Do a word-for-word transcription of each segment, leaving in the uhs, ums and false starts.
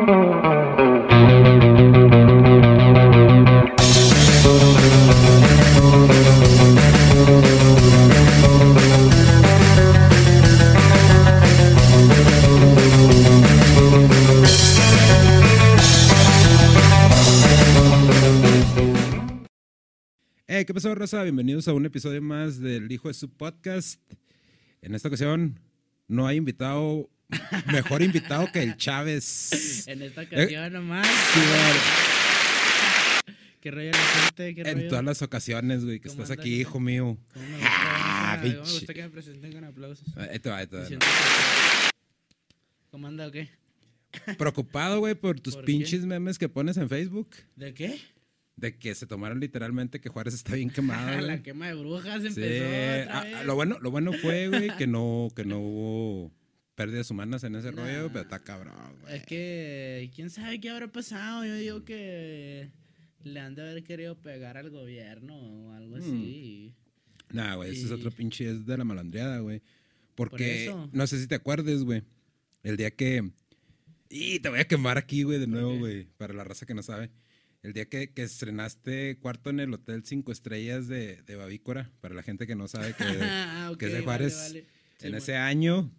Hey, ¿qué pasó, raza? Bienvenidos a un episodio más del Hijo de su Podcast. En esta ocasión no hay invitado, mejor invitado que el Chávez. En esta ocasión eh, nomás. Sí, güey. ¿Qué rollo la gente? ¿Qué rollo? En todas las ocasiones, güey, que estás aquí, hijo que... mío. ¿Cómo me gusta, ah, ¿cómo me gusta que me presenten con aplausos? Ahí te va, ahí te va. No. ¿Cómo anda o qué? Preocupado, güey, por tus ¿Por pinches qué? memes que pones en Facebook. ¿De qué? De que se tomaron literalmente que Juárez está bien quemado. La quema de brujas sí. empezó otra ah, vez. Lo bueno, lo bueno fue, güey, que no, que no hubo pérdidas humanas en ese nah, rollo, pero está cabrón, güey. Es que, ¿quién sabe qué habrá pasado? Yo digo que le han de haber querido pegar al gobierno o algo mm. así. Nah, güey, y... ese es otro pinche, es de la malandreada, güey. Porque, ¿Por no sé si te acuerdes, güey, el día que... Y te voy a quemar aquí, güey, de nuevo, güey, para la raza que no sabe. El día que, que estrenaste cuarto en el Hotel Cinco Estrellas de, de Babícora, para la gente que no sabe que, ah, okay, que es de Juárez. Vale, vale. Sí, en bueno. ese año,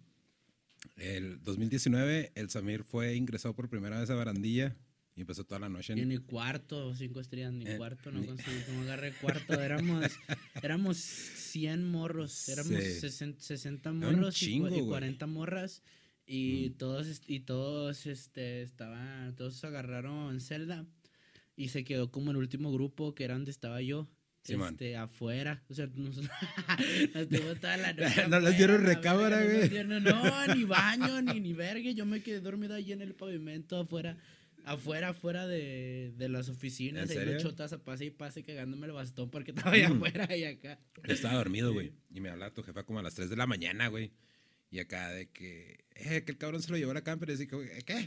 el dos mil diecinueve, el Samir fue ingresado por primera vez a Barandilla y empezó toda la noche. En... Y ni cuarto, cinco estrellas, ni eh, cuarto, no ni... conseguí, como agarré cuarto. Éramos, éramos cien morros, éramos sí. sesenta, sesenta morros chingo, y, y cuarenta morras. Y mm. todos, y todos, este, estaban, todos agarraron celda. Y se quedó como el último grupo, que era donde estaba yo, sí, este, man. afuera. O sea, nos, nos tuvo toda la noche. No les dieron recámara, güey. No, no, ni baño, ni, ni verga. Yo me quedé dormido ahí en el pavimento afuera, afuera, afuera de, de las oficinas. ¿En ahí serio? los chotas a pase y pase cagándome el bastón porque estaba allá mm. afuera y acá. Yo estaba dormido, güey. Y me hablaba tu jefa como a las tres de la mañana, güey. Y acá de que, eh, que el cabrón se lo llevó a la cámara y decía, ¿qué?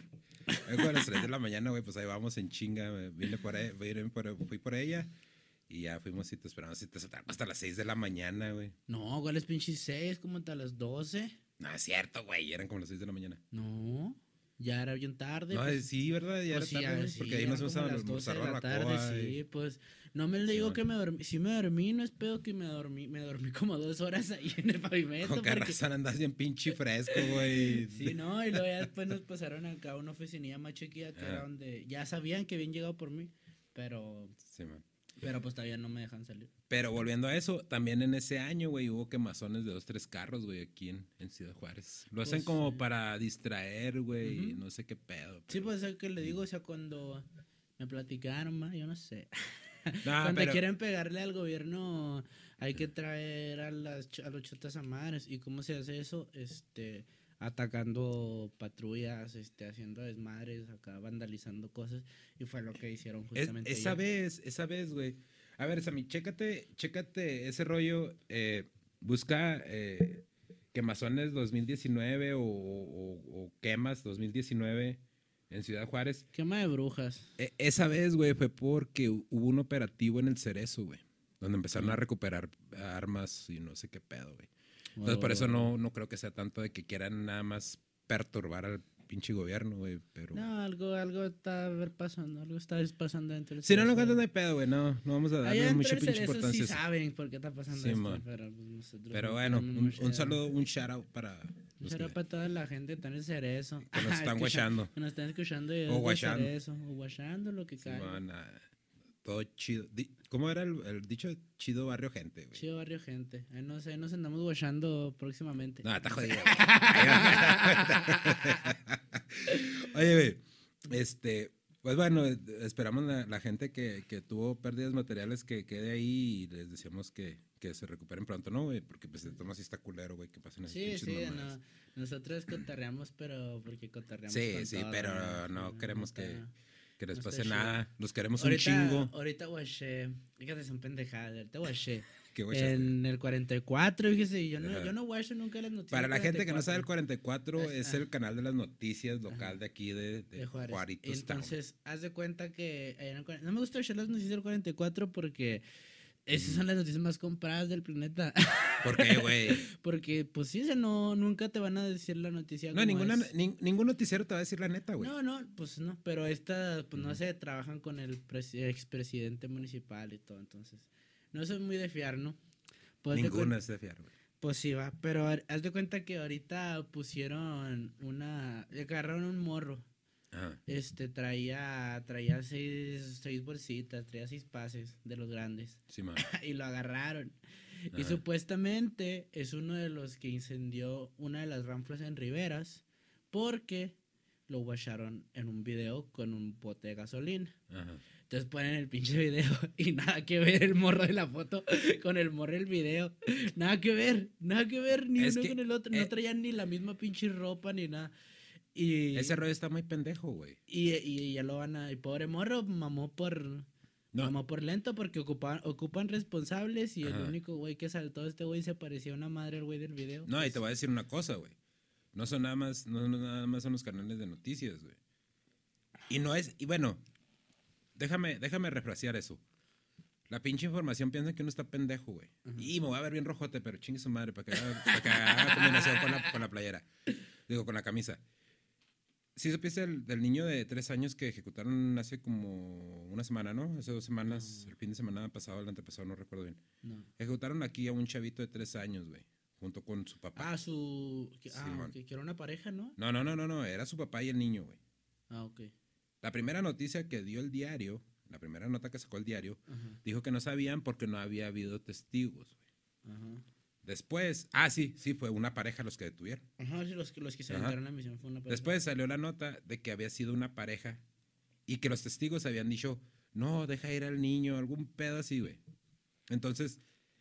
A las tres de la mañana, güey, pues ahí vamos en chinga. Vine por ella, vine por, fui por ella y ya fuimos y te esperamos y te saltamos hasta las seis de la mañana, güey. No, ¿cuál es pinche seis? Como hasta las doce. No, es cierto, güey, eran como las seis de la mañana. No, ya era bien tarde. No, pues, sí, ¿verdad? Ya pues era sí, tarde, güey, sí, porque ahí nos fuimos a almorzar la tarde, y... sí, pues, no me le digo sí, que me dormí, sí me dormí, no es pedo que me dormí, me dormí como dos horas ahí en el pavimento. Con qué razón andas bien pinche fresco, güey. Sí, no, y luego ya después nos pasaron acá a una oficinilla más chiquita que ah. era donde ya sabían que habían llegado por mí, pero... Sí, man. Pero pues todavía no me dejan salir. Pero volviendo a eso, también en ese año, güey, hubo quemazones de dos, tres carros, güey, aquí en, en Ciudad Juárez. Lo pues, hacen como sí. para distraer, güey, uh-huh. no sé qué pedo. Pero... Sí, pues es que le digo, o sea, cuando me platicaron, ma, yo no sé. No, cuando pero... quieren pegarle al gobierno, hay que traer a, las, a los chotas a madres. ¿Y cómo se hace eso? Este... atacando patrullas, este, haciendo desmadres, acá vandalizando cosas, y fue lo que hicieron justamente. Es, esa ayer. vez, esa vez, güey. A ver, Sammy, chécate, chécate ese rollo, eh, busca eh, quemazones dos mil diecinueve o, o, o quemas dos mil diecinueve en Ciudad Juárez. Quema de brujas. Eh, esa vez, güey, fue porque hubo un operativo en el Cerezo, güey, donde empezaron a recuperar armas y no sé qué pedo, güey. Entonces, oh. por eso no, no creo que sea tanto de que quieran nada más perturbar al pinche gobierno, güey, pero... No, algo, algo está a ver pasando, algo está pasando entre el Si no lo cantas, no hay pedo, güey, no, no vamos a darle mucha pinche importancia. Sí saben por qué está pasando sí, esto, pero pues nosotros... Pero bueno, un, un saludo, un shout out para... Un shout out para toda la gente que está en el Cerezo. Que nos están guachando. Que nos están escuchando y o guachando. Cerezo, o guachando, lo que caiga. Sí, man, todo chido. ¿Cómo era el, el dicho? Chido barrio gente, güey. Chido barrio gente. Ahí no sé, nos andamos guachando próximamente. No, está jodido. Oye, güey, este, pues bueno, esperamos la, la gente que, que tuvo pérdidas materiales que quede ahí y les decíamos que, que se recuperen pronto, ¿no, güey? Porque pues de tomas sí está culero, güey, que pasen así. Sí, sí, no, nosotros cotarreamos, pero porque cotarreamos Sí, con sí, todo, pero no, no, no queremos está, que... Que les no pase chido. nada. Los queremos ahorita, un chingo. Ahorita guaché. Fíjate, son pendejadas. Ahorita guaché. ¿Qué guachaste? En el cuarenta y cuatro, fíjese. Yo no, yo no guacho nunca las noticias. Para la gente que no sabe, el cuarenta y cuatro es, es el canal de las noticias local Ajá. de aquí de, de, de Juárez. Juaritos Entonces, Town. Haz de cuenta que... No me gusta echar las noticias del cuarenta y cuatro porque... Esas Ujú. son las noticias más compradas del planeta. ¿Por qué, güey? Porque, pues sí, o sea, no, nunca te van a decir la noticia No, como ninguna, es. nin- ningún noticiero te va a decir la neta, güey. No, no, pues no, pero esta, pues no Ujú. sé, trabajan con el presi- expresidente municipal y todo, entonces, no soy muy de fiar, ¿no? Pues, haz de Ninguna cuen- es de fiar, güey. pues sí va, pero a- haz de cuenta que ahorita pusieron una, le agarraron un morro, Ajá. este, traía, traía seis, seis bolsitas, traía seis pases de los grandes, Sí, man. y lo agarraron, y Ajá. supuestamente es uno de los que incendió una de las ranflas en Riberas, porque lo guacharon en un video con un bote de gasolina. Ajá. Entonces ponen el pinche video y nada que ver el morro de la foto con el morro del video. Nada que ver, nada que ver, ni Es uno que, con el otro. eh, No traían ni la misma pinche ropa ni nada. Y, Ese rollo está muy pendejo, güey. y, y ya lo van a... Y pobre morro mamó por... No. Mamó por lento porque ocupan, ocupan responsables y el Ajá. único güey que saltó este güey se parecía a una madre el güey del video. No, y pues. te voy a decir una cosa, güey. No son nada más, no, no nada más son los canales de noticias, güey. Y no es, y bueno, déjame, déjame refrasear eso. La pinche información piensa que uno está pendejo, güey. Ajá. Y me voy a ver bien rojote, pero chingue su madre, para que haga, para que haga combinación con la, con la playera. Digo, con la camisa. ¿Sí supiste del, del niño de tres años que ejecutaron hace como una semana, ¿no? Hace dos semanas, No. el fin de semana pasado, el antepasado, no recuerdo bien. No. Ejecutaron aquí a un chavito de tres años, güey, junto con su papá. Ah, su... que- ah, Simón. ok, que era una pareja, ¿no? No, no, no, no, no, era su papá y el niño, güey. Ah, ok. La primera noticia que dio el diario, la primera nota que sacó el diario, Ajá, dijo que no sabían porque no había habido testigos, güey. ajá. Después, ah, sí, sí, fue una pareja los que detuvieron. Ajá, sí, los que, los que se Ajá. aventaron la misión fue una pareja. Después salió la nota de que había sido una pareja y que los testigos habían dicho, no, deja ir al niño, algún pedo así, güey. Entonces,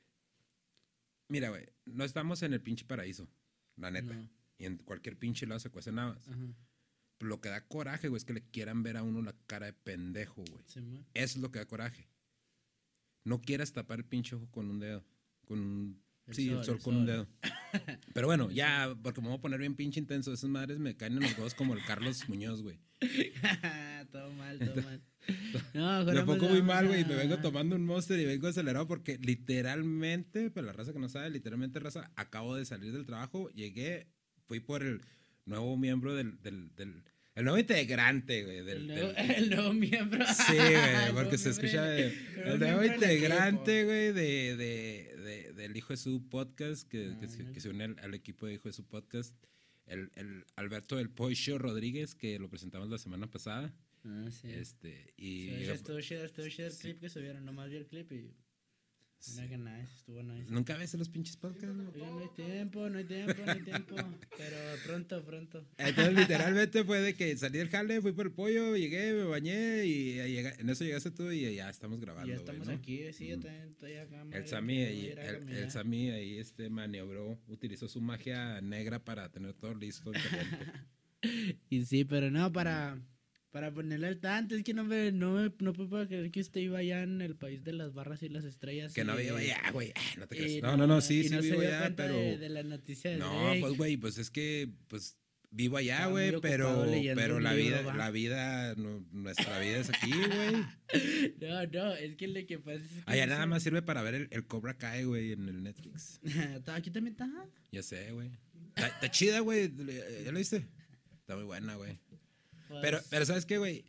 mira, güey, no estamos en el pinche paraíso, la neta. No. Y en cualquier pinche lado se cuecen habas. Ajá, Pero lo que da coraje, güey, es que le quieran ver a uno la cara de pendejo, güey. se me... Eso es lo que da coraje. No quieras tapar el pinche ojo con un dedo. Con un... El sí, sol, el sol el con un sol. dedo. Pero bueno, ya, porque me voy a poner bien pinche intenso. Esas madres me caen en los huevos como el Carlos Muñoz, güey. todo mal, todo mal. No, Me mejor pongo vamos muy a- mal, güey. Me vengo tomando un Monster y vengo acelerado porque literalmente, para la raza que no sabe, literalmente, raza, acabo de salir del trabajo, llegué, fui por el nuevo miembro del... del, del el nuevo integrante, güey. Del, El nuevo, del- el nuevo miembro. Sí, El güey, nuevo porque se miembro escucha del- de- nuevo el nuevo miembro del integrante, equipo. güey, de, de, de- del Hijo de su Podcast, que, Ah, que, se- mira. que se une al, al equipo de Hijo de su Podcast. El, el Alberto del Pocho Rodríguez, que lo presentamos la semana pasada. Ah, sí. Este, Sí, y ese estuvo chido, estuvo chido el sí. clip que subieron. Nomás vi el clip y... sí. Mira que nice, estuvo nice. Nunca ves los pinches podcasts, güey? Oiga, no hay tiempo, no hay tiempo, no hay tiempo. Pero pronto, pronto. Entonces, literalmente fue de que salí del jale, fui por el pollo, llegué, me bañé y ahí llega- en eso llegaste tú y ya estamos grabando. Y ya güey, estamos ¿no? aquí, sí, yo Ujú. también estoy acá. El madre, Sammy que ahí, voy a ir a el, el caminar. Sammy ahí este maniobró, utilizó su magia negra para tener todo listo. en caliente. Y sí, pero no, para, para ponerle al tanto, es que no me, no me, no me puedo creer que usted iba allá en el país de las barras y las estrellas. que no y- vivo allá, güey. Ah, No te y creas. No, no, no, sí, y sí no se vivo dio allá, cuenta pero. de, de la noticia de No, Drake. pues, güey, pues es que, pues, vivo allá, Estaba güey, muy pero, ocupado leyendo pero un la libro, vida, ¿va? la vida, no- nuestra vida es aquí, güey. No, no, es que lo que pasa es que... Allá no nada sé. más sirve para ver el, el Cobra Kai, güey, en el Netflix. Aquí también está. Ya sé, güey. Está, está chida, güey. ¿Ya lo viste? Está muy buena, güey. Pues, Pero, pero, ¿sabes qué, güey?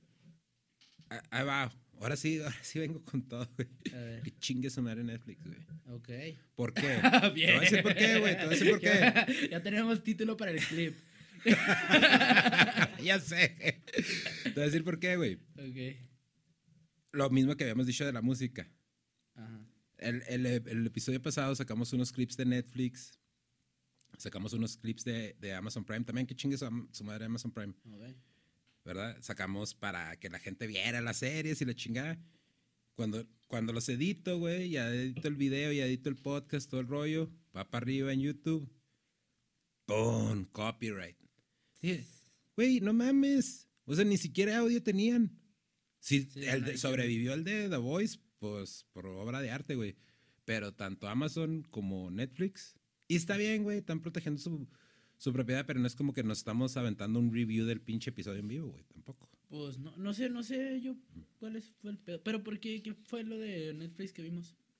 Ah, Ahí va. Ahora sí, ahora sí vengo con todo, güey. A ver, Que chingue su madre Netflix, güey. ok. ¿Por qué? Bien. Te voy a decir por qué, güey. Te voy a decir por qué. Ya, ya tenemos título para el clip. Ya sé. Te voy a decir por qué, güey. Ok. Lo mismo que habíamos dicho de la música. Ajá. El, el, el episodio pasado sacamos unos clips de Netflix. Sacamos unos clips de, de Amazon Prime. También que chingue su, am- su madre Amazon Prime. Ok. ¿Verdad? Sacamos para que la gente viera las series y la chingada. Cuando, cuando los edito, güey, ya edito el video, ya edito el podcast, todo el rollo, va para arriba en YouTube. ¡Pum! Copyright. Dije, güey, no mames. O sea, ni siquiera audio tenían. Sí, Sí, el no de- hay sobrevivió el de The Voice, pues, por obra de arte, güey. Pero tanto Amazon como Netflix. Y está bien, güey, están protegiendo su, su propiedad, pero no es como que nos estamos aventando un review del pinche episodio en vivo, güey, tampoco. Pues no, no sé, no sé yo cuál es, fue el pedo. Pero ¿por qué? ¿Qué fue lo de Netflix que vimos?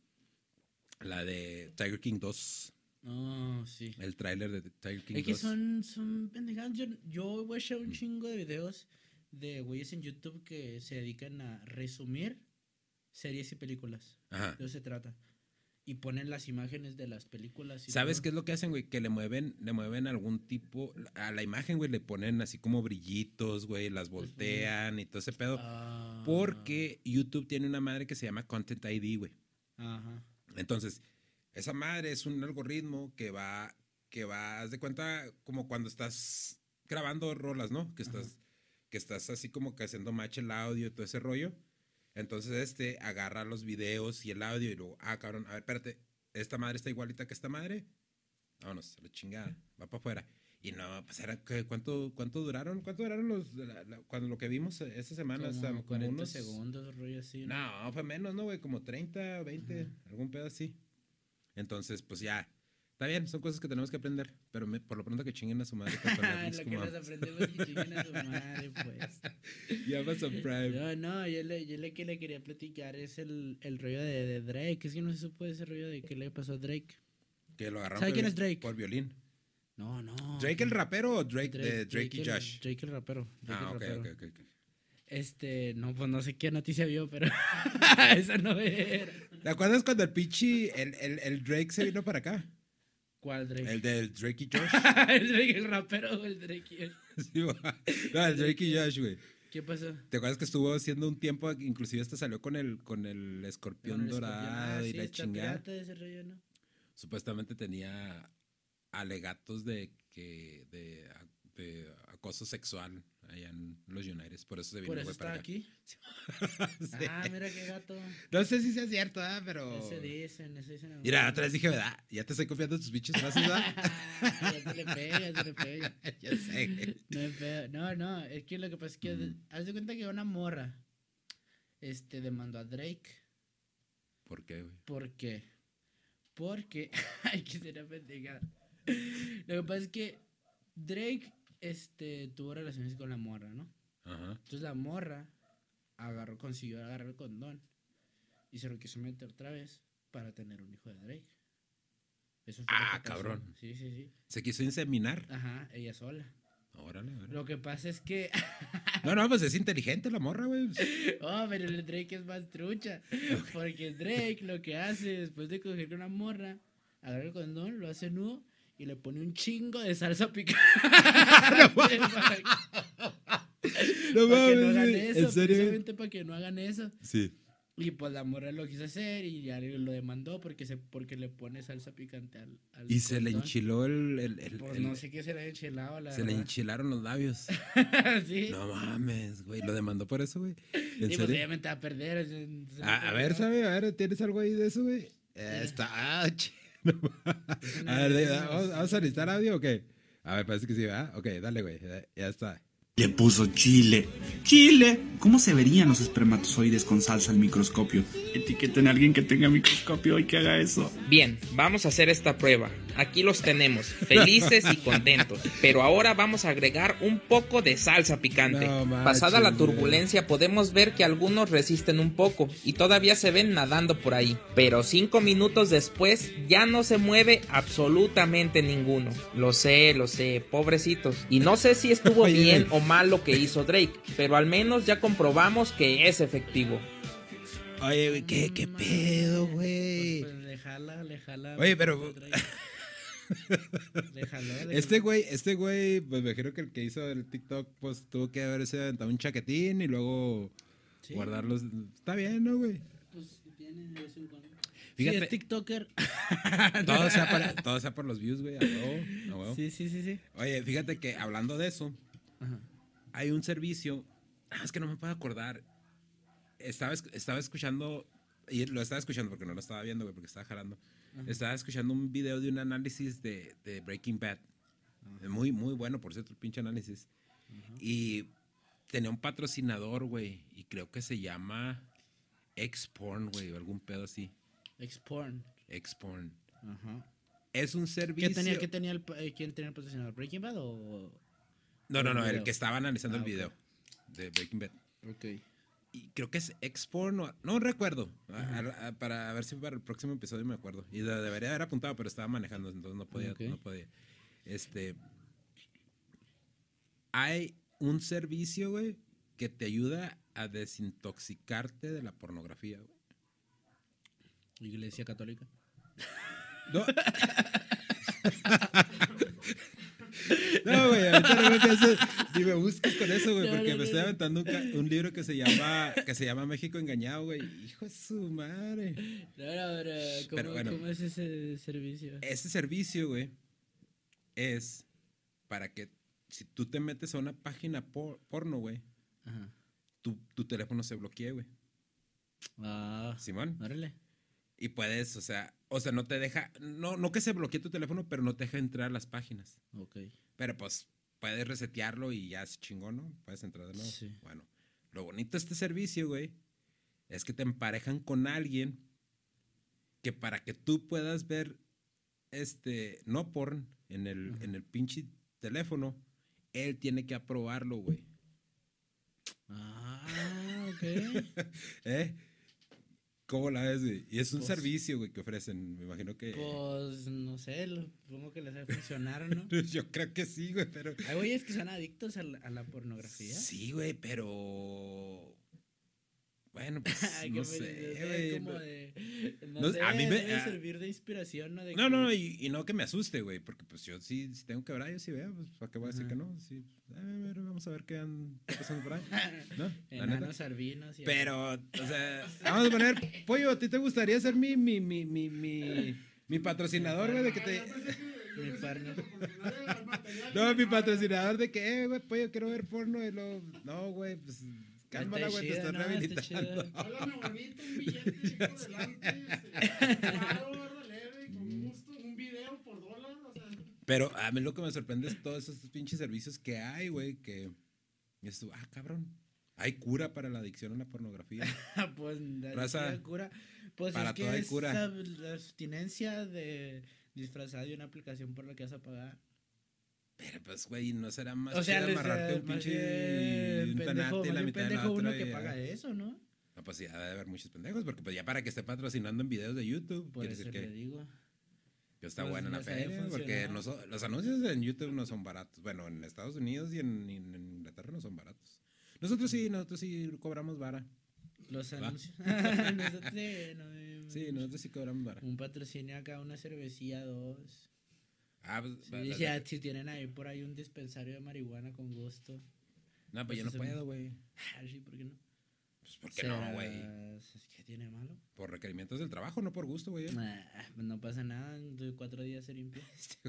La de Tiger King dos. Oh, sí. El tráiler de Tiger King Es que dos. son, son pendejadas. Yo, yo voy a echar un chingo de videos de güeyes en YouTube que se dedican a resumir series y películas. Ajá. De eso se trata. Y ponen las imágenes de las películas. Y ¿Sabes todo. qué es lo que hacen, güey? Que le mueven, le mueven algún tipo a la imagen, güey, le ponen así como brillitos, güey, las voltean y todo ese pedo. Ah. Porque YouTube tiene una madre que se llama Content I D, güey. Ajá. Entonces, esa madre es un algoritmo que va, que va, haz de cuenta, como cuando estás grabando rolas, ¿no? Que estás, que estás así como que haciendo match el audio y todo ese rollo. Entonces, este agarra los videos y el audio y luego, ah, cabrón, a ver, espérate, esta madre está igualita que esta madre. Vámonos, a la chingada, va para afuera. Y no, pues era, ¿qué? ¿cuánto, cuánto duraron? ¿Cuánto duraron los, la, la, cuando lo que vimos esta semana? Como, Hasta, como cuarenta unos segundos, rollo así. No, fue menos, ¿no, güey? Como treinta, veinte, uh-huh. algún pedo así. Entonces, pues ya, está bien, son cosas que tenemos que aprender, pero me, por lo pronto que chinguen a su madre. Lo que nos aprendemos es que chinguen a su madre, pues. Ya pasó Prime. No, no, yo le, yo le que le quería platicar es el, el rollo de, de Drake. Es que no se supo ese rollo de qué le pasó a Drake. Que lo agarraron ¿Sabe por, quién es Drake? Por violín. No, no. ¿Drake el rapero o Drake, Drake, de Drake, Drake y el, Josh? Drake el rapero. Drake ah, el ok, rapero. ok, ok, ok. Este, no, pues no sé qué noticia vio, pero esa no era. ¿Te acuerdas cuando el pichi, el, el, el Drake se vino para acá? ¿Cuál Drake? El del Drake y Josh. El Drake el rapero o el Drake y Josh. Sí, no, el Drake y Josh, güey. ¿Qué pasó? ¿Te acuerdas que estuvo haciendo un tiempo, inclusive hasta salió con el, con el escorpión Con el dorado escorpión. Ah, y sí, la está chingada? pirata ese rollo, ¿no? Supuestamente tenía alegatos de que de, de acoso sexual allá en los United, por eso se vino. Por eso está para aquí. sí. Ah, mira qué gato. No sé si sea cierto, ¿eh? Pero ese dicen, ese dicen. Mira, otra vez dije, ¿verdad? Ya te estoy confiando en tus bichos frases, ¿verdad? Ya se le pega, se le pega. Ya sé. No, es pedo. no, no, es que lo que pasa es que mm. haz de cuenta que una morra este demandó a Drake. ¿Por qué, güey? ¿Por qué? Porque ay, que será pendejada. Lo que pasa es que Drake este tuvo relaciones con la morra, ¿no? Ajá. Entonces la morra agarró, consiguió agarrar el condón y se lo quiso meter otra vez para tener un hijo de Drake. Eso fue ah, lo que pasó. cabrón. Sí, sí, sí. ¿Se quiso inseminar? Ajá, ella sola. Órale, órale. Lo que pasa es que no, no, pues es inteligente la morra, güey. Oh, pero el Drake es más trucha. Porque el Drake lo que hace después de coger con una morra, agarra el condón, lo hace nudo y le pone un chingo de salsa picante. No mames, no hagan ¿en eso, serio? precisamente para que no hagan eso. Sí. Y pues la morra lo quiso hacer y ya lo demandó porque se porque le pone salsa picante al, al Y se condón. le enchiló el... el, el, Pues el no sé qué se le ha enchilado, la Se verdad. le enchilaron los labios. Sí. No mames, güey. Lo demandó por eso, güey. ¿En Y serio? pues obviamente va a perder. Se, se a, a ver, ¿sabe? A ver, ¿tienes algo ahí de eso, güey? Eh, está... Ah, ch... no, a ver, ¿vamos, ¿vamos a necesitar audio o qué? A ver, parece que sí, ¿verdad? Ok, dale, güey. Ya está. Le puso chile. ¡Chile! ¿Cómo se verían los espermatozoides con salsa al microscopio? Etiqueten a alguien que tenga microscopio y que haga eso. Bien, vamos a hacer esta prueba. Aquí los tenemos, felices y contentos. Pero ahora vamos a agregar un poco de salsa picante. No, Pasada la manches, turbulencia, podemos ver que algunos resisten un poco y todavía se ven nadando por ahí. Pero cinco minutos después ya no se mueve absolutamente ninguno. Lo sé, lo sé, pobrecitos. Y no sé si estuvo Oye, bien güey. o mal lo que hizo Drake, pero al menos ya comprobamos que es efectivo. Oye, güey, ¿qué, qué pedo, güey? Pues, pues le jala, le jala. Oye, pero... Le jaló, le Este jaló. güey, este güey, pues me imagino que el que hizo el TikTok, pues tuvo que haberse aventado un chaquetín y luego Sí. guardarlos. Está bien, ¿no, güey? Pues tiene de vez en cuando. Fíjate. Sí, es TikToker. Todo sea, para, todo sea por los views, güey. A huevo, a huevo. Sí, sí, sí, sí. Oye, fíjate que hablando de eso, Ajá. hay un servicio. Ah, es que no me puedo acordar. Estaba, esc- estaba escuchando, y lo estaba escuchando porque no lo estaba viendo, güey, porque estaba jalando. Ajá. Estaba escuchando un video de un análisis de, de Breaking Bad. Muy, muy bueno, por cierto, el pinche análisis. Y tenía un patrocinador, güey, y creo que se llama X-Porn, güey, o algún pedo así. X-Porn. X-Porn. Ajá. Es un servicio... ¿Qué tenía, qué tenía el, pa- eh, ¿Quién tenía el patrocinador? ¿Breaking Bad o...? No, no, no, el el video? que estaba analizando Ah, el ok. video de Breaking Bad. Ok. y creo que es Exporn, no, no recuerdo. A, a, a, para ver si para el próximo episodio me acuerdo. Y de, debería haber apuntado, pero estaba manejando, entonces no podía. Okay. No podía. Este. Hay un servicio, güey, que te ayuda a desintoxicarte de la pornografía, güey. Iglesia Católica. No. No, güey, ahorita no me pienses, ni me busques con eso, güey, no, porque no, me no, estoy no. aventando un, un libro que se llama que se llama México Engañado, güey. Hijo de su madre. No, no, no. ¿Cómo, Pero bueno, ¿cómo es ese servicio? Ese servicio, güey, es para que si tú te metes a una página por, porno, güey, tu, tu teléfono se bloquee, güey. Ah, Simón. Órale. Y puedes, o sea, o sea, no te deja, no, no que se bloquee tu teléfono, pero no te deja entrar a las páginas. Ok. Pero pues puedes resetearlo y ya es chingón, ¿no? Puedes entrar de nuevo. Sí. Bueno, lo bonito de este servicio, güey, es que te emparejan con alguien que para que tú puedas ver este, no porn en el, uh-huh. en el pinche teléfono, él tiene que aprobarlo, güey. Ah, ok. ¿Eh? ¿Cómo la ves, güey? Y es un pues, servicio, güey, que ofrecen. Me imagino que... Pues, no sé, lo, supongo que les debe funcionar, ¿no? Yo creo que sí, güey, pero... Hay güeyes que son adictos a la, a la pornografía. Sí, güey, pero... Bueno, pues, no sé, güey. Como de... No, no sé, a mí me... debe A, servir de inspiración, ¿no? De no, que... no, y, y no que me asuste, güey, porque pues yo sí, si tengo que ver, yo sí veo, pues, ¿para qué voy a decir uh-huh. que no? Sí, a ver, vamos a ver qué han pasando por ahí, ¿no? Enanos albinos y pero, o sea, vamos a poner, Pollo, ¿a ti te gustaría ser mi, mi, mi, mi, mi, mi patrocinador, güey, de que te... Mi partner. No, mi patrocinador de que, eh, güey, Pollo, quiero ver porno y lo... No, güey, pues... Cálmala, güey, te estás no, rehabilitando. Háblame bonito, un billete por delante, claro, leve, con gusto, un video por dólar, o sea. Pero a mí lo que me sorprende es todos esos pinches servicios que hay, güey, que... Esto, ah, cabrón, hay cura para la adicción a la pornografía. Pues, Raza, cura. Pues para es que todo hay es cura. La, la abstinencia de disfrazada de una aplicación por la que vas a pagar. Pero pues, güey, ¿no será más o sea, chido amarrarte un pinche un pendejo, tanate y la mitad de la uno otra? que Y, paga eso, ¿no? No, pues sí, debe haber muchos pendejos, porque pues ya para que esté patrocinando en videos de YouTube, por quiere eso decir le que, digo. que está pues buena la feria, porque no so, los anuncios en YouTube no son baratos. Bueno, en Estados Unidos y en, en, en Inglaterra no son baratos. Nosotros sí, nosotros sí cobramos vara. Los anuncios. nosotros sí, no, sí, nosotros sí cobramos vara. Un patrocinio acá, una cervecilla, dos. Ah, pues, sí, la, si, la, si tienen ahí por ahí un dispensario de marihuana con gusto. No, pues yo no puedo, güey. Ah, sí, ¿por qué no? Pues ¿por qué no, güey? ¿Qué tiene malo? Por requerimientos del trabajo, no por gusto, güey. Nah, pues no pasa nada, en cuatro días se limpia.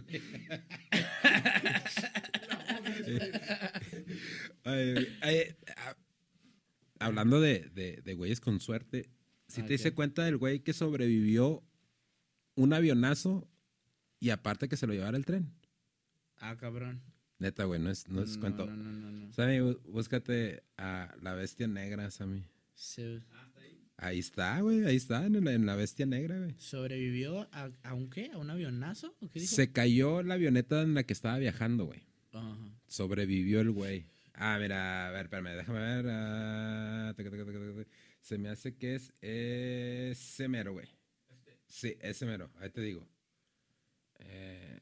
ay, ay, a, hablando de, de, de güeyes con suerte, ¿sí ah, te diste cuenta del güey que sobrevivió un avionazo y aparte que se lo llevara el tren? Ah, cabrón. Neta, güey, no es, no es no, cuento. No, no, no, no. Sammy, búscate a la bestia negra, Sammy. Sí. Ahí está, güey, ahí está, en la, en la bestia negra, güey. ¿Sobrevivió a, a un qué? ¿A un avionazo? ¿O qué dijo? Se cayó la avioneta en la que estaba viajando, güey. Ajá. Sobrevivió el güey. Ah, mira, a ver, espérame, déjame ver. Uh, taca, taca, taca, taca. Se me hace que es ese mero, güey. Sí, ese mero, ahí te digo. Eh,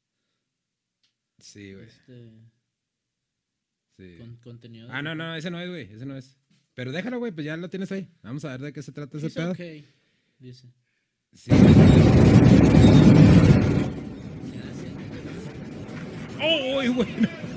sí, güey. Este... Sí. Con contenido. Ah, no, no, ese no es, güey, ese no es. Pero déjalo, güey, pues ya lo tienes ahí. Vamos a ver de qué se trata ese pedo. Ok, dice. Sí. ¡Oh, güey!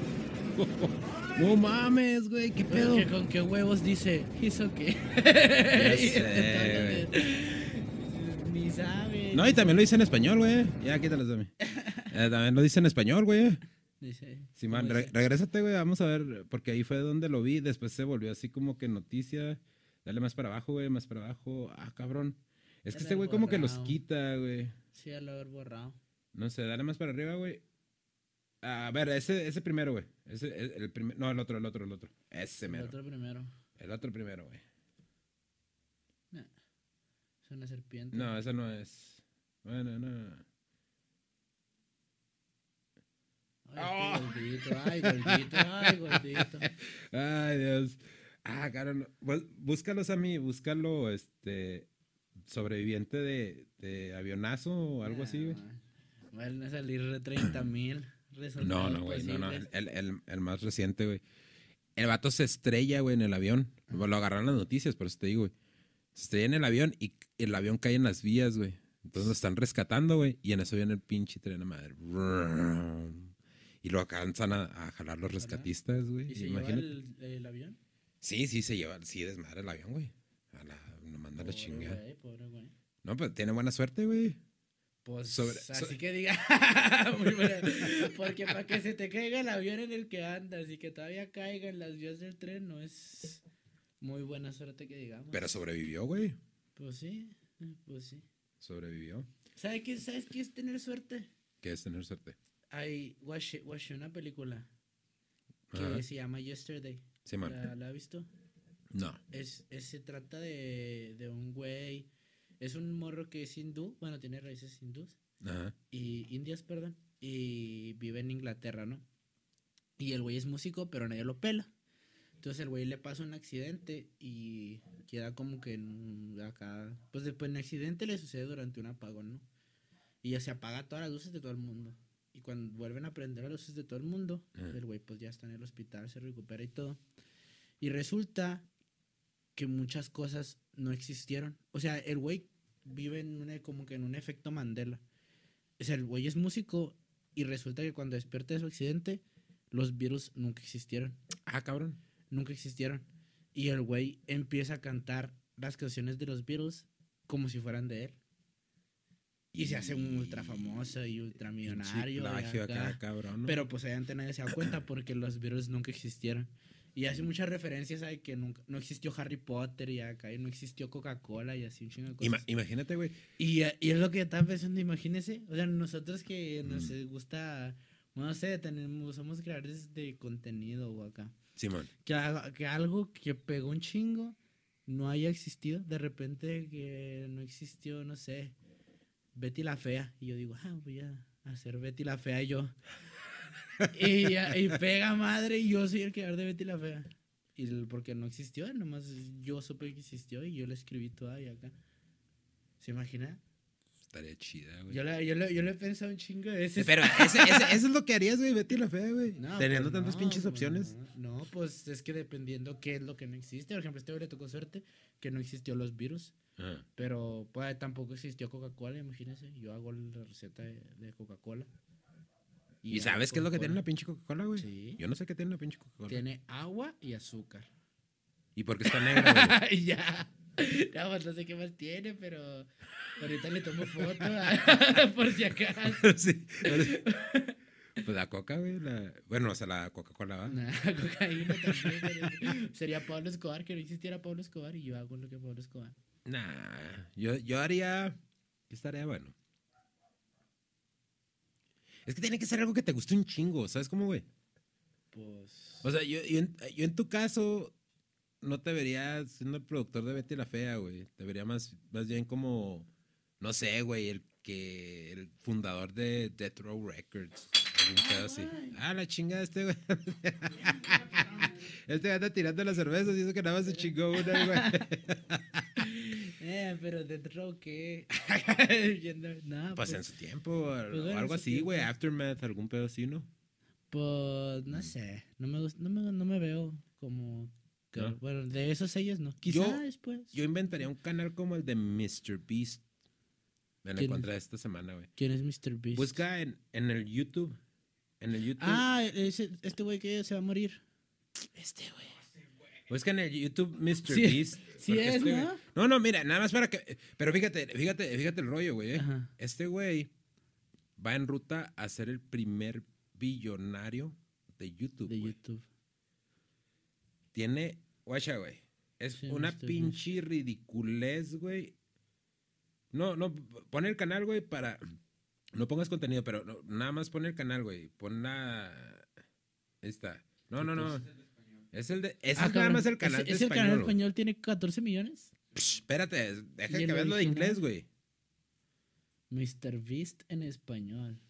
No mames, güey, qué pedo. ¿Con, ¿Con qué huevos dice? He's okay. Ya sé, Ni sabe. No, y también lo dice en español, güey. Ya, quítalo de mí. Eh, también lo dice en español, güey. Dice. Simán, re regrésate, güey, vamos a ver, porque ahí fue donde lo vi, después se volvió así como que noticia. Dale más para abajo, güey, más para abajo. Ah, cabrón. Es que este güey como que los quita, güey. Sí, ya lo haber borrado. No sé, dale más para arriba, güey. A ver, ese, ese primero, güey. Ese, el, el primer, no, el otro, el otro, el otro. Ese mero. El otro primero. El otro primero, güey. No, es una serpiente. No, esa no es. Bueno, no. Ay, oh. gordito, ay, gordito, ay, gordito. Ay, Dios. Ah, claro, no. Bú- Búscalo, Sammy, búscalo, este, sobreviviente de, de avionazo o algo así, güey. Ah, van a salir de treinta mil No, resultados no, güey, no, no, posibles. el, el, el más reciente, güey. El vato se estrella, güey, en el avión. Lo agarraron las noticias, por eso te digo, güey. Se estrella en el avión y el avión cae en las vías, güey. Entonces lo están rescatando, güey. Y en eso viene el pinche tren a madre. Y lo alcanzan a, a jalar los rescatistas, güey. ¿Y se lleva Imagínate. el, el avión? Sí, sí, se lleva, sí, desmadre el avión, güey. A la, lo manda a la Pobre chingada. güey, pobre güey. No, pero tiene buena suerte, güey. Pues Sobre- así so- que diga, muy buena. Porque para que se te caiga el avión en el que andas y que todavía caiga en las vías del tren no es muy buena suerte que digamos. Pero sobrevivió, güey. Pues sí, pues sí. Sobrevivió. ¿Sabes qué, ¿Sabes qué es tener suerte? ¿Qué es tener suerte? Hay, watché, watché una película que Ajá. se llama Yesterday. Sí, man. ¿La, la has visto? No. Es, es- se trata de, de un güey, es un morro que es hindú, bueno, tiene raíces hindús, Ajá. y indias, perdón, y vive en Inglaterra, ¿no? Y el güey es músico, pero nadie lo pela. Entonces el güey le pasa un accidente y queda como que en, acá, pues después en el accidente le sucede durante un apagón, ¿no? Y ya se apaga todas las luces de todo el mundo. Y cuando vuelven a prender las luces de todo el mundo, Ajá. el güey pues ya está en el hospital, se recupera y todo. Y resulta que muchas cosas no existieron. O sea, el güey vive en una, como que en un efecto Mandela. O sea, el güey es músico y resulta que cuando despierta de su accidente, los virus nunca existieron. Ah, cabrón. Nunca existieron. Y el güey empieza a cantar las canciones de los Beatles como si fueran de él. Y se hace un ultra famoso y ultra millonario. Pinche y plagio acá. acá, cabrón. ¿no? Pero pues obviamente nadie se da cuenta porque los Beatles nunca existieron. Y hace muchas referencias a que nunca, no existió Harry Potter y acá y no existió Coca-Cola y así un chingo de cosas. Ima- imagínate, güey. Y, eh, y es lo que estaba pensando, imagínese. O sea, nosotros que nos Mm. eh, gusta, no sé, tenemos, somos creadores de contenido o acá. Simón. Que, haga- que algo que pegó un chingo no haya existido. De repente que no existió, no sé, Betty la Fea. Y yo digo, ah, voy a hacer Betty la Fea yo. y, ya- y pega madre y yo soy el creador de Betty la Fea. Y el- porque no existió, nomás yo supe que existió y yo la escribí toda y acá. ¿Se imagina? Estaría chida, güey. Yo le, yo, le, yo le he pensado un chingo de ese. Pero ese, ese- eso es lo que harías, güey. Betty la fea, güey. No, Teniendo pues tantas no, pinches pues opciones. No, no, pues es que dependiendo qué es lo que no existe. Por ejemplo, este güey le tocó suerte que no existió los virus. Ajá. Pero pues, tampoco existió Coca-Cola, imagínense. Yo hago la receta de, de Coca-Cola. ¿Y hago sabes qué es lo que tiene la Coca-Cola. pinche Coca-Cola, güey? Sí. Yo no sé qué tiene la pinche Coca-Cola. Tiene agua y azúcar. ¿Y por qué está negra, güey? Y ya. No, pues no sé qué más tiene, pero ahorita le tomo foto por si acaso. Sí. Pues la coca, güey. La... Bueno, o sea, la Coca-Cola, ¿va? Nah, cocaína también. pero sería Pablo Escobar, que no existiera Pablo Escobar y yo hago lo que Pablo Escobar. Nah. Yo, yo haría... ¿Qué estaría bueno? Es que tiene que ser algo que te guste un chingo, ¿sabes cómo, güey? Pues. O sea, yo, yo, en, yo en tu caso no te vería siendo el productor de Betty la Fea, güey. Te vería más, más bien como, no sé, güey, el que el fundador de Death Row Records. Algún pedo así. Ah, la chingada este, güey. Este anda tirando las cervezas y eso que nada más se chingó una, güey. Eh, pero Death Row, ¿qué? Yendo- no, Pues pues, en su tiempo, o pues bueno, en algo su así, güey. tiempo. Aftermath, algún pedo así, ¿no? pues, no sé. No me, gust- no me, no me veo como. que- ¿No? Bueno, de esos sellos no. Quizá Yo- después. Yo inventaría un canal como el de mister Beast. Me lo ¿Quién encontré esta semana, güey. ¿Quién es mister Beast? Busca en, en el YouTube. En el YouTube. Ah, ese, este güey que se va a morir. Este, güey. Busca en el YouTube mister Sí, Beast. sí porque es, este ¿no? güey- No, no, mira, nada más para que. Pero fíjate, fíjate, fíjate el rollo, güey. eh. Ajá. Este güey va en ruta a ser el primer billonario de YouTube. De güey. YouTube. Tiene. Guacha, güey. Es Sí, una mister pinche ridiculez, güey. No, no, pon el canal, güey, para. No pongas contenido, pero no, nada más pon el canal, güey. Pon la. Ahí está. No, no, no. Es el de. Ese Ah, es nada cabrón, más el canal ¿Es, de es el español. canal güey. español tiene catorce millones? Psh, espérate, deja ¿Y que el veas lo de original? inglés, güey. mister Beast en español.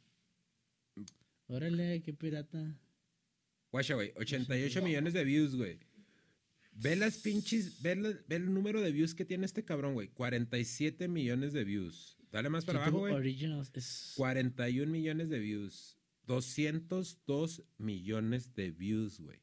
Órale, qué pirata. Guacha, güey. ochenta y ocho millones de views, güey. Ve las pinches, ve, la- ve el número de views que tiene este cabrón, güey. cuarenta y siete millones de views. Dale más para abajo, YouTube güey. Originals es... cuarenta y un millones de views. doscientos dos millones de views, güey.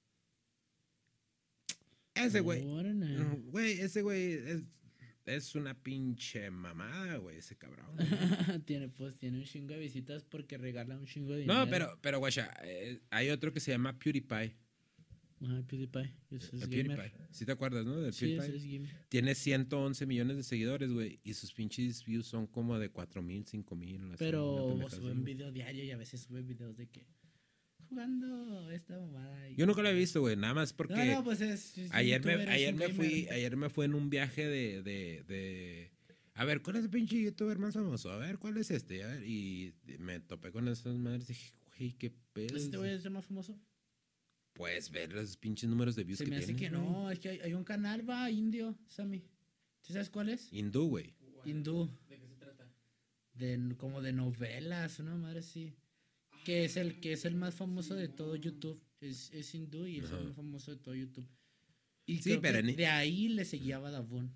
Ese güey. Órale. mm, Güey, ese güey es, es una pinche mamada, güey, ese cabrón. güey. tiene, pues, tiene un chingo de visitas porque regala un chingo de dinero. No, pero, pero, guacha, eh, hay otro que se llama PewDiePie. Ajá, PewDiePie. Ese es El gamer. PewDiePie. ¿Sí te acuerdas, no? Del Sí, ese PewDiePie. es gamer. Tiene ciento once millones de seguidores, güey. Y sus pinches views son como de cuatro mil, cinco mil. Pero suben video diario y a veces suben videos de que jugando esta mamada. y- Yo nunca lo he visto, güey. Nada más porque No, no, pues es. es ayer, me, youtuber, es ayer un me gamer. fui ayer me fui en un viaje de, de, de... A ver, ¿cuál es el pinche youtuber más famoso? A ver, ¿cuál es este? A ver, y me topé con esas madres y dije, güey, qué pedo. ¿Este güey es el más famoso? Pues ver los pinches números de views Se que me hace tiene. que no, es que hay, hay un canal, va, indio, Sammy. ¿Sí sabes cuál es? Hindú, güey. Hindú. ¿De qué se trata? De, como de novelas, una madre así. Que es el que es el más famoso de todo YouTube. Es, es hindú y es Ajá. el más famoso de todo YouTube. Y Sí, creo pero que ni- de ahí le seguía Badabun.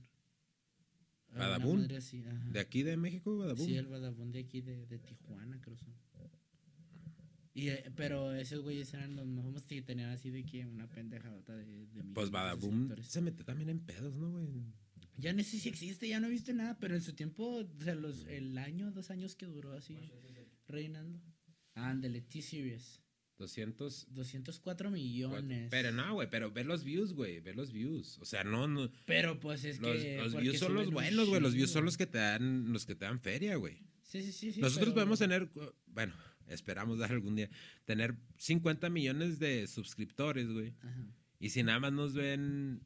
A una ¿Badabun? madre así, ajá. De aquí de México, Badabun. Sí, el Badabun de aquí de, de Tijuana, creo son. Y, eh, pero esos güeyes eran los más famosos y tenían así de que una pendejadota de, de millones Pues de Badabun suscriptores. se mete también en pedos, ¿no, güey? Ya no sé si existe, ya no he visto nada, pero en su tiempo, o sea, los, el año, dos años que duró así, reinando. Ándale, T-Series. doscientos. doscientos cuatro millones. Pero no, güey, pero ve los views, güey, ve los views. O sea, no, no. Pero pues es Los, que. los porque views son los suben un buenos, güey. Los views chingo. son los que te dan, los que te dan feria, güey. Sí, sí, sí. sí, Nosotros pero- podemos tener, bueno, esperamos dar algún día, tener cincuenta millones de suscriptores, güey. Ajá. Y si nada más nos ven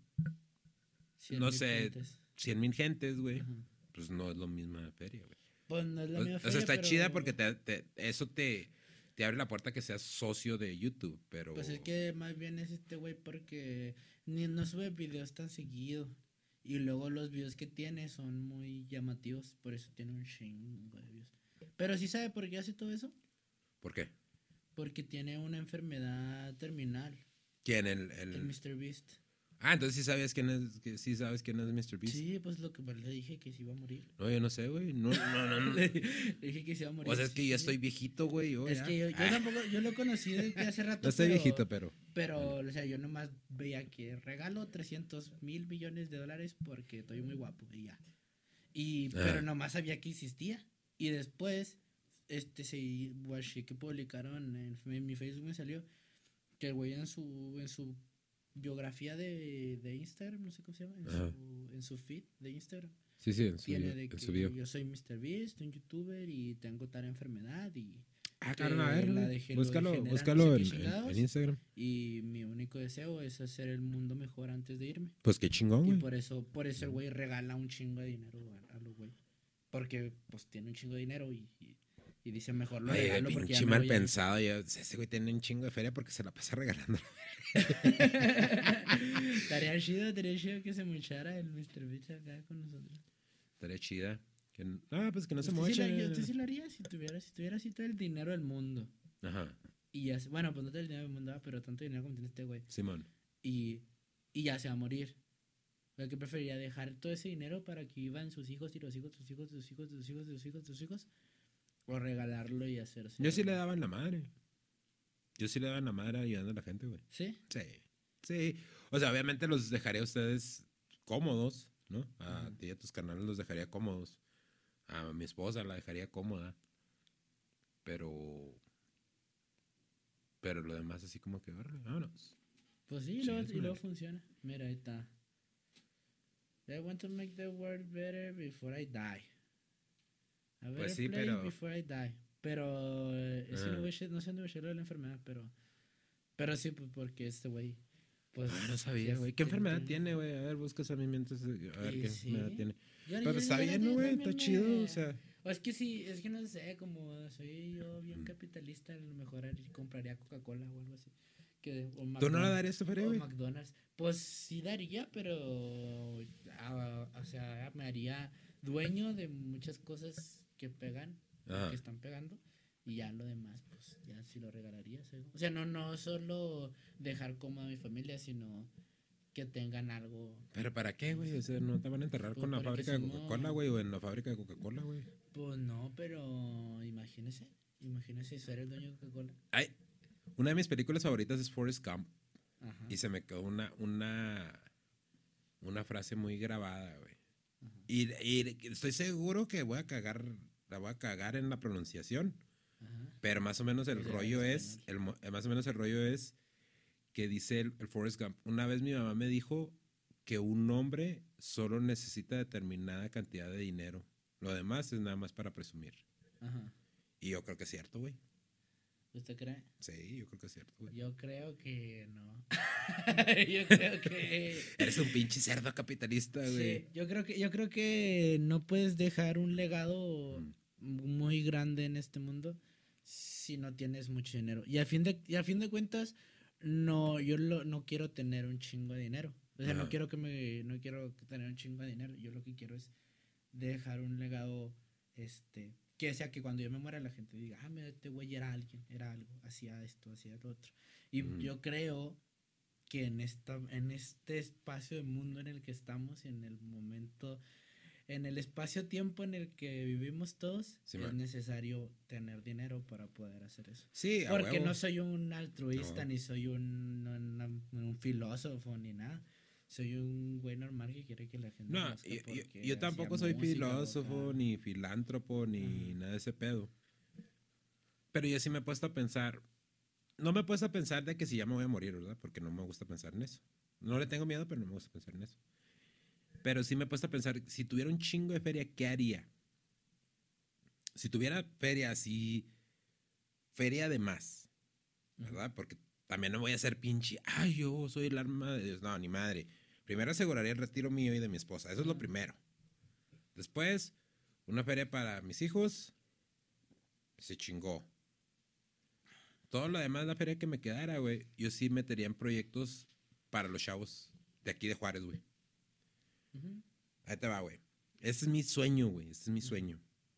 cien no mil sé, gentes. cien mil gentes, güey, Ajá. pues no es lo misma feria, güey. Pues no es la O, misma o sea, feria, está pero- chida porque te, te- eso te, te abre la puerta a que seas socio de YouTube, pero... Pues es que más bien es este güey porque ni no sube videos tan seguido. Y luego los videos que tiene son muy llamativos, por eso tiene un chingo de views. Pero sí sabe por qué hace todo eso. ¿Por qué? Porque tiene una enfermedad terminal, ¿Quién? El, el- el míster Beast. Ah, entonces sí sabías quién es, que sí sabes quién es míster Beast. Sí, pues lo que pues, le dije que se iba a morir. No, yo no sé, güey. No, no, no, no. le dije que se iba a morir. O sea, es que sí, ya sí. estoy viejito, güey. yo Es ya. que yo, yo Ah, tampoco, yo lo conocí desde hace rato. no estoy pero- viejito, pero... Pero, o sea, yo nomás veía que regalo trescientos mil millones de dólares porque estoy muy guapo y ya. Y, Ah. pero nomás sabía que existía. Y después, este, se, guaché que publicaron en, en mi Facebook me salió que el güey en su, en su biografía de, de Instagram, no sé cómo se llama, en, Ajá. su, en su feed de Instagram, Sí, sí, en su, tiene bio- de en que su bio. yo soy míster Beast, un youtuber y tengo tal enfermedad y... Ah, que cabrón, a ver, la güey. dejé- lo búscalo, degenera, no búscalo sé en, qué en- chingados. en Instagram. Y mi único deseo es hacer el mundo mejor antes de irme. Pues qué chingón, Y güey. por eso, por eso el güey regala un chingo de dinero a, a los güey. Porque pues tiene un chingo de dinero y, y, y dice mejor lo Oye, regalo porque ya pinche me mal voy a ir. pensado. Ya, ese güey tiene un chingo de feria porque se la pasa regalando. Estaría chido, estaría chido que se mochara el míster Beast acá con nosotros. Estaría chida. Que, ah, pues que no se Usted sí, moche. lo, usted sí lo haría si tuviera, si tuviera así todo el dinero del mundo. Ajá, Y ya, se- bueno, pues no todo el dinero del mundo, ah, pero tanto dinero como tiene este güey. Simón. Y, y ya se va a morir. ¿Pero qué preferiría? ¿Dejar todo ese dinero para que vivan sus hijos y los hijos, sus hijos, sus hijos, sus hijos, sus hijos, sus hijos? ¿O regalarlo y hacerse? Yo sí le daba en la madre. Yo sí le daba en la madre ayudando a la gente, güey. ¿Sí? Sí. Sí. O sea, obviamente los dejaría a ustedes cómodos, ¿no? A ti y a tus canales los dejaría cómodos. A mi esposa la dejaría cómoda. Pero. Pero lo demás, así como que, órale, vámonos. Pues sí, y Sí, luego, es y luego madre. funciona. Mira, ahí está. I want to make the world better before I die. A ver, Pues sí, pero- before I die. Pero eh, ese Ajá. no, voy a- no sé dónde voy a echar lo de la enfermedad, pero. Pero sí, pues porque este güey. Pues, Ah, no sabía, sí, güey. ¿Qué sí, enfermedad sí. tiene, güey? A ver, buscas a mí mientras. A ver Y qué sí. enfermedad tiene. Yo- Pero yo- está yo- bien, yo ¿no, güey? también Está chido, me- o sea. O es que sí, es que no sé, como soy yo bien Mm. capitalista, a lo mejor haría- compraría Coca-Cola o algo así. Que, o ¿Tú no le McDonald's. darías tu feria, O güey? McDonald's. Pues sí daría, pero. ah, o sea, me haría dueño de muchas cosas que pegan, Ajá. que están pegando. Y ya lo demás, pues ya sí lo regalaría. ¿sabes? O sea, no, no solo dejar cómoda a mi familia, sino que tengan algo. ¿Pero para qué, güey? O sea, no te van a enterrar Pues con la para que fábrica de si no- Coca-Cola, güey, o en la fábrica de Coca-Cola, güey. Pues no, pero imagínese, imagínese ser el dueño de Coca-Cola. Ay, una de mis películas favoritas es Forrest Gump. Ajá. Y se me quedó una, una, una frase muy grabada, güey. Y, y estoy seguro que voy a cagar, la voy a cagar en la pronunciación. Ajá. Pero más o menos el Pues ya rollo en es, español. el, mo- eh, más o menos el rollo es que dice el, el Forrest Gump. Una vez mi mamá me dijo que un hombre solo necesita determinada cantidad de dinero. Lo demás es nada más para presumir. Ajá. Y yo creo que es cierto, güey. ¿Usted cree? Sí, yo creo que es cierto, güey. Yo creo que no. Yo creo que Eres un pinche cerdo capitalista, güey. sí, yo creo que yo creo que no puedes dejar un legado Mm. muy grande en este mundo si no tienes mucho dinero. Y a fin de y a fin de cuentas no yo lo, no quiero tener un chingo de dinero. O sea, Ajá. no quiero que me no quiero tener un chingo de dinero. Yo lo que quiero es dejar un legado este que sea que cuando yo me muera la gente diga, "Ah, mira, este güey era alguien, era algo, hacía esto, hacía lo otro." Y Ujú. yo creo que en esta en este espacio de mundo en el que estamos, en el momento, en el espacio-tiempo en el que vivimos todos, Sí, es man. necesario tener dinero para poder hacer eso. Sí, a Porque huevo. no soy un altruista, No. ni soy un, una- un filósofo, ni nada. Soy un güey normal que quiere que la gente No, conozca yo, yo- porque yo tampoco hacía soy música, filósofo, acá. ni filántropo, ni Ajá. nada de ese pedo. Pero yo sí me he puesto a pensar. No me he puesto a pensar de que si ya me voy a morir, ¿verdad? Porque no me gusta pensar en eso. No le tengo miedo, pero no me gusta pensar en eso. Pero sí me he puesto a pensar, si tuviera un chingo de feria, ¿qué haría? Si tuviera feria así, feria de más, ¿verdad? Porque también no voy a ser pinche, ay, yo soy el alma de Dios. No, ni madre. Primero aseguraría el retiro mío y de mi esposa. Eso es lo primero. Después, una feria para mis hijos. Se chingó. Todo lo demás, la feria que me quedara, güey, yo sí metería en proyectos para los chavos de aquí de Juárez, güey. Ujú. Ahí te va, güey. Ese es mi sueño, güey. Ese es mi sueño.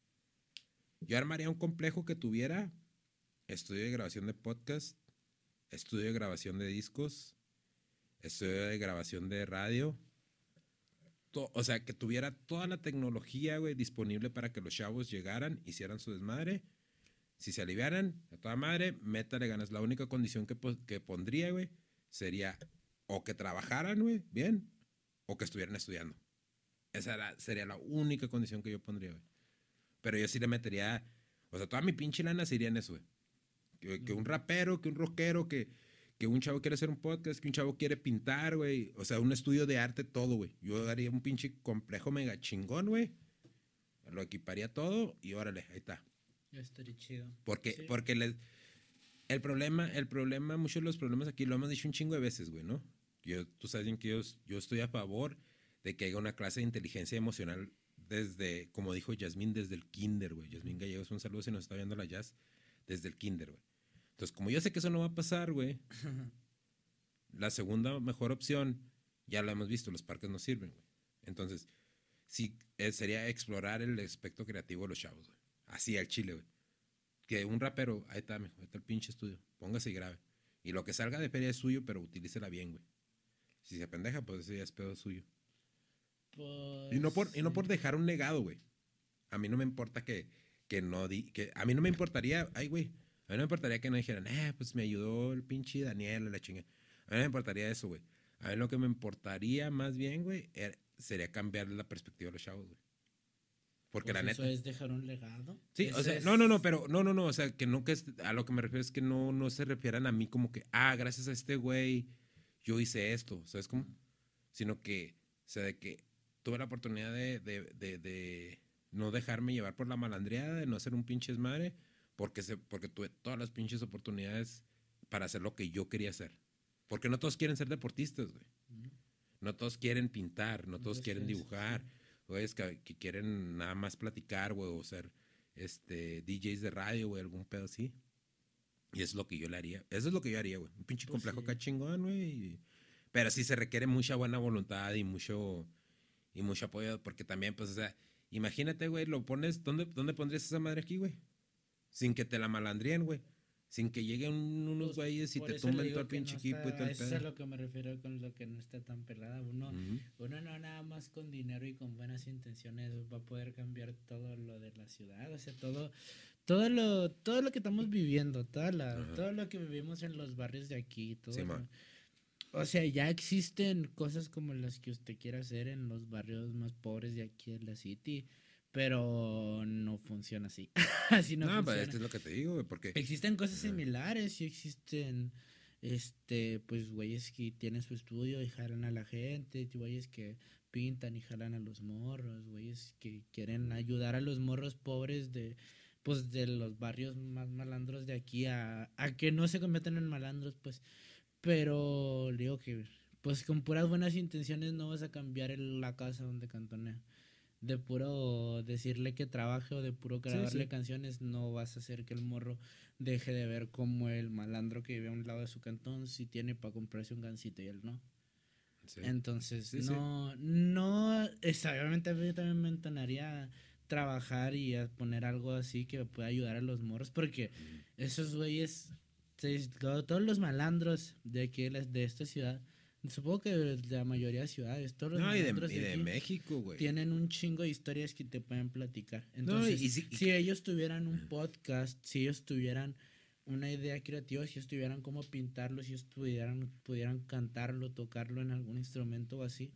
Yo armaría un complejo que tuviera estudio de grabación de podcast, estudio de grabación de discos, estudio de grabación de radio. To- o sea, que tuviera toda la tecnología, güey, disponible para que los chavos llegaran, hicieran su desmadre. Si se aliviaran, a toda madre, métale ganas. La única condición que, po- que pondría, güey, sería o que trabajaran, güey, bien, o que estuvieran estudiando. Esa era- sería la única condición que yo pondría, güey. Pero yo sí le metería, o sea, toda mi pinche lana se iría en eso, güey. Que, que un rapero, que un rockero, que, que un chavo quiere hacer un podcast, que un chavo quiere pintar, güey. O sea, un estudio de arte, todo, güey. Yo haría un pinche complejo mega chingón, güey. Lo equiparía todo y órale, ahí está. Estaría chido. Porque, Sí. porque les, el problema, el problema, muchos de los problemas aquí lo hemos dicho un chingo de veces, güey, ¿no? Yo, tú sabes bien que yo, yo estoy a favor de que haya una clase de inteligencia emocional desde, como dijo Yasmín, desde el kinder, güey. Yasmín Gallegos, un saludo si nos está viendo la Jazz, desde el kinder, güey. Entonces, como yo sé que eso no va a pasar, güey, la segunda mejor opción, ya la hemos visto, los parques no sirven, güey. Entonces, sí, eh, sería explorar el aspecto creativo de los chavos, güey. Así al chile, güey. Que un rapero, ahí está, mijo, ahí está el pinche estudio, póngase y grabe. Y lo que salga de feria es suyo, pero utilícela bien, güey. Si se pendeja, pues ese ya es pedo suyo. Pues, Y no por, y no por sí. dejar un legado, güey. A mí no me importa que, que no di, que a mí no me importaría, ay, güey, a mí no me importaría que no dijeran, eh, pues me ayudó el pinche Daniel, la chinga. A mí no me importaría eso, güey. A mí lo que me importaría más bien, güey, era- sería cambiar la perspectiva de los chavos, güey. Porque Pues la eso neta. es dejar un legado. Sí, o Eso sea, es- no, no, no, pero no, no, no, o sea, que no que es- a lo que me refiero es que no, no se refieran a mí como que, ah, gracias a este güey, yo hice esto, ¿sabes cómo? Sino que, o sea, de que tuve la oportunidad de, de, de, de no dejarme llevar por la malandreada, de no hacer un pinche desmadre, porque, se, porque tuve todas las pinches oportunidades para hacer lo que yo quería hacer. Porque no todos quieren ser deportistas, güey. No todos quieren pintar, no todos Entonces, quieren sí, dibujar, güeyes que, que quieren nada más platicar, güey, o ser este, D Js de radio, güey, algún pedo así. Y eso es lo que yo le haría. Eso es lo que yo haría, güey. Un pinche Pues complejo sí. acá chingón, güey. y- Pero sí se requiere mucha buena voluntad y mucho, y mucho apoyo, porque también, pues, o sea, imagínate, güey, lo pones, ¿dónde, dónde pondrías esa madre aquí, güey? Sin que te la malandrien, güey. sin que lleguen unos Pues, güeyes y por te eso le tumben digo todo el que pinche no equipo está- y todo el eso es a pedo. lo que me refiero con lo que no está tan pelada. Uno, Ujú. uno no nada más con dinero y con buenas intenciones va a poder cambiar todo lo de la ciudad, o sea, todo, todo lo, todo lo que estamos viviendo, toda la, Ajá. todo lo que vivimos en los barrios de aquí, todo Sí, eso. man. O sea, ya existen cosas como las que usted quiere hacer en los barrios más pobres de aquí de la city, pero no funciona así. Así no, No, pues funciona. es que es lo que te digo, güey, porque... Existen cosas Ajá. similares y existen, este, pues, güeyes que tienen su estudio y jalan a la gente, güeyes que pintan y jalan a los morros, güeyes que quieren ayudar a los morros pobres de, pues, de los barrios más malandros de aquí a, a que no se conviertan en malandros, pues, pero le digo que, pues, con puras buenas intenciones no vas a cambiar el- la casa donde cantonea. De puro decirle que trabaje o de puro grabarle sí. canciones, no vas a hacer que el morro deje de ver como el malandro que vive a un lado de su cantón si tiene para comprarse un gansito y él no. Sí. Entonces, Sí, sí. no, no, es, obviamente a mí también me entonaría trabajar y a poner algo así que pueda ayudar a los morros, porque esos güeyes, se- todo- todos los malandros de aquí, de la- de esta ciudad, supongo que de la mayoría de ciudades, todos los No, y de, malandros y de aquí México, güey. tienen un chingo de historias que te pueden platicar. Entonces, y si- y si ellos tuvieran un podcast, si ellos tuvieran una idea creativa, si ellos tuvieran cómo pintarlo, si ellos tuvieran, pudieran cantarlo, tocarlo en algún instrumento o así,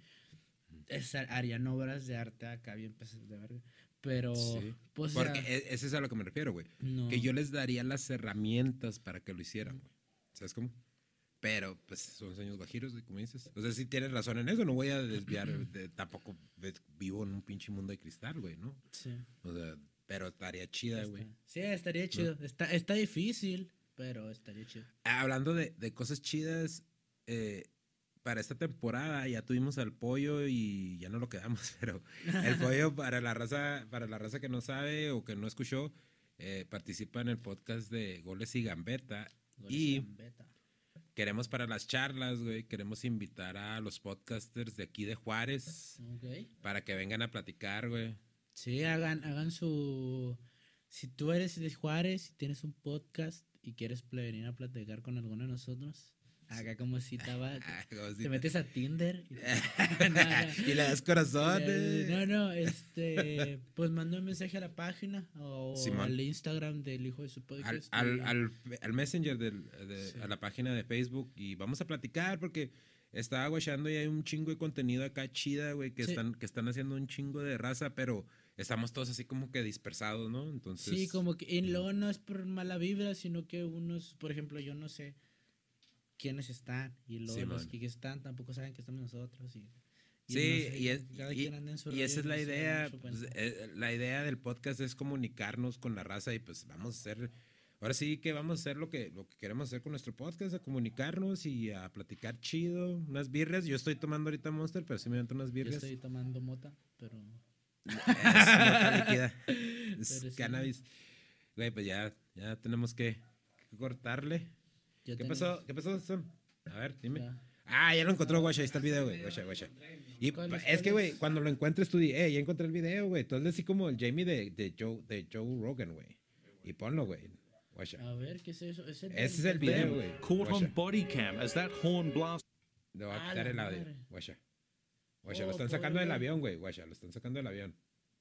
esa- harían obras de arte acá bien pesadas de verga. Pero, Sí. pues, Porque ya, e- ese es a lo que me refiero, güey. no. Que yo les daría las herramientas para que lo hicieran, güey. ¿Sabes cómo? Pero, pues, son sueños guajiros, güey, como dices. O sea, sí tienes razón en eso. No voy a desviar. de- tampoco ve- vivo en un pinche mundo de cristal, güey, ¿no? Sí, O sea, pero estaría chida, güey. está- sí, estaría chido. Está, está difícil, pero estaría chido. Ah, Hablando de, de cosas chidas, eh, para esta temporada ya tuvimos al pollo y ya no lo quedamos, pero el pollo para la raza, para la raza que no sabe o que no escuchó, eh, participa en el podcast de Goles y Gambeta. Y Gambeta. queremos para las charlas, güey, queremos invitar a los podcasters de aquí de Juárez Ok. para que vengan a platicar, güey. Sí, hagan, hagan su... Si tú eres de Juárez y tienes un podcast y quieres ple- venir a platicar con alguno de nosotros, haga como si estaba... Ah, como si- Te metes a Tinder y, no, no. y le das corazón. Eh, eh. no, no, este, pues manda un mensaje a la página o Simón. al Instagram del hijo de su al, podcast. al, y- al, al Messenger del, de- Sí. a la página de Facebook y vamos a platicar porque estaba guachando y hay un chingo de contenido acá chida, güey, que Sí. están que están haciendo un chingo de raza, pero estamos todos así como que dispersados, ¿no? Entonces Sí, como que, y luego no es por mala vibra, sino que unos, por ejemplo, yo no sé quiénes están y luego Sí, los man. que están tampoco saben que estamos nosotros y... y Sí, no sé, y, es- cada y- quien anda en su y rollo esa es y la no se da idea. mucho Pues, cuenta. eh, la idea del podcast es comunicarnos con la raza y pues vamos a hacer. Ahora sí que vamos a hacer lo que, lo que queremos hacer con nuestro podcast, a comunicarnos y a platicar chido, unas birrias. Yo estoy tomando ahorita Monster, pero sí me meto unas Yo birrias. estoy tomando mota, pero... Es mota líquida. Es Pero sí. cannabis. Güey, pues ya, ya tenemos que, que cortarle. ya ¿Qué tenemos- pasó? ¿Qué pasó, Son? A ver, dime. Ya. Ah, ya lo encontró, guacha. Ahí está el video, güey. Guacha, guacha. Y ¿Cuál pa- es, es cuál que, es? güey, cuando lo encuentres tú di, eh, ya encontré el video, güey. Tú hazle así como el Jamie de, de, Joe, de Joe Rogan, güey. Y ponlo, güey. Guacha. A ver, ¿qué es eso? Ese, Ese es el video, güey. Caught Guacha. on body cam as that horn blast. Le voy a Ah, quitar la el audio. madre. Guacha. Guacha, Oh, lo están pobre sacando del güey. avión, güey. Guacha, lo están sacando del avión.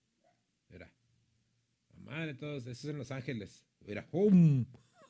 Mira. La madre, todos. Eso es en Los Ángeles. Mira. ¡Hum!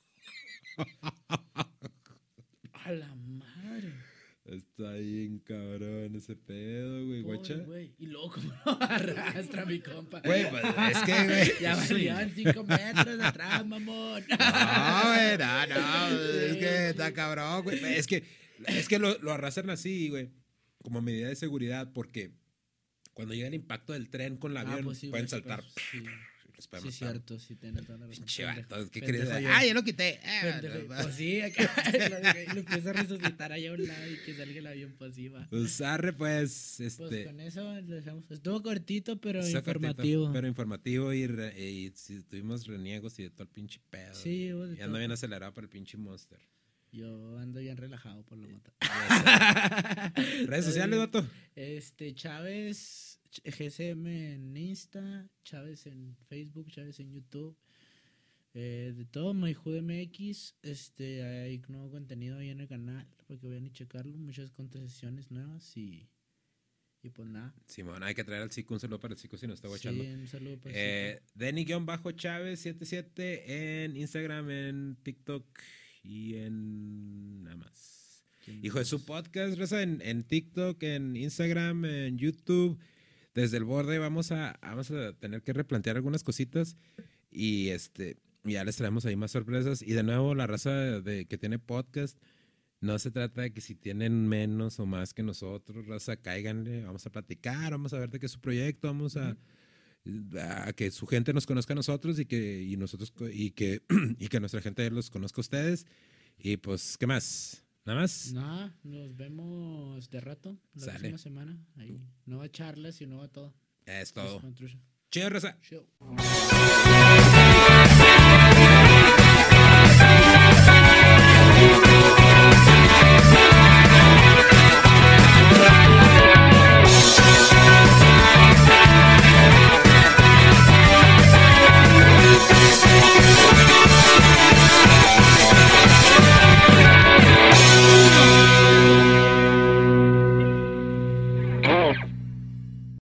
A la madre. Está bien cabrón ese pedo, güey. Pobre Guacha. güey. Y luego como lo arrastra mi compa. Güey, pues, es que, güey. Ya valían cinco metros atrás, mamón. No, güey, no, no, es que está cabrón, güey. Es que, es que lo, lo arrastran así, güey, como medida de seguridad, porque cuando llega el impacto del tren con el avión, Ah, pues sí, pueden güey, saltar. pues, sí. y los pueden Sí, matar. cierto, sí, tiene toda la razón. Pinche vato, ¿qué Pendejo crees? yo. Ah, ya lo quité. Ah, Pendejo. no, Pues sí, acá lo, dejé y lo empieza a resucitar allá a un lado y que salga el avión pues así va. Pues arre, pues, Pues este. con eso lo dejamos. Estuvo cortito, pero está cortito, informativo. pero informativo y, re- y si tuvimos reniegos y de todo el pinche pedo. Sí, hubo de Y ando todo. bien acelerado para el pinche Monster. Yo ando bien relajado por la moto. Redes sociales, vato. Este, Chávez, Ch- G C M en Insta, Chávez en Facebook, Chávez en YouTube. Eh, de todo, MyHood M X, este, hay nuevo contenido ahí en el canal, para que vayan y checarlo, muchas concesiones nuevas y, y pues nada. Simón, hay que traer al Cico, un saludo para el Cico si nos está Sí, guachando. un saludo para Eh, Denny-Chávez setenta y siete en Instagram, en TikTok y en nada más. ¿Quién Hijo de su más? podcast, Raza, en, en TikTok, en Instagram, en YouTube. Desde el borde vamos a, vamos a tener que replantear algunas cositas y este ya les traemos ahí más sorpresas. Y de nuevo, la raza de, que tiene podcast, no se trata de que si tienen menos o más que nosotros, raza, cáiganle, vamos a platicar, vamos a ver de qué es su proyecto, vamos a, a que su gente nos conozca a nosotros y que y nosotros co- y que y que nuestra gente los conozca a ustedes. Y pues, ¿qué más? Nada más. Nada, nos vemos de rato, la Sale. próxima semana. Ahí, nueva charlas y nueva todo. Es todo. Construction. Chido, raza. Chill.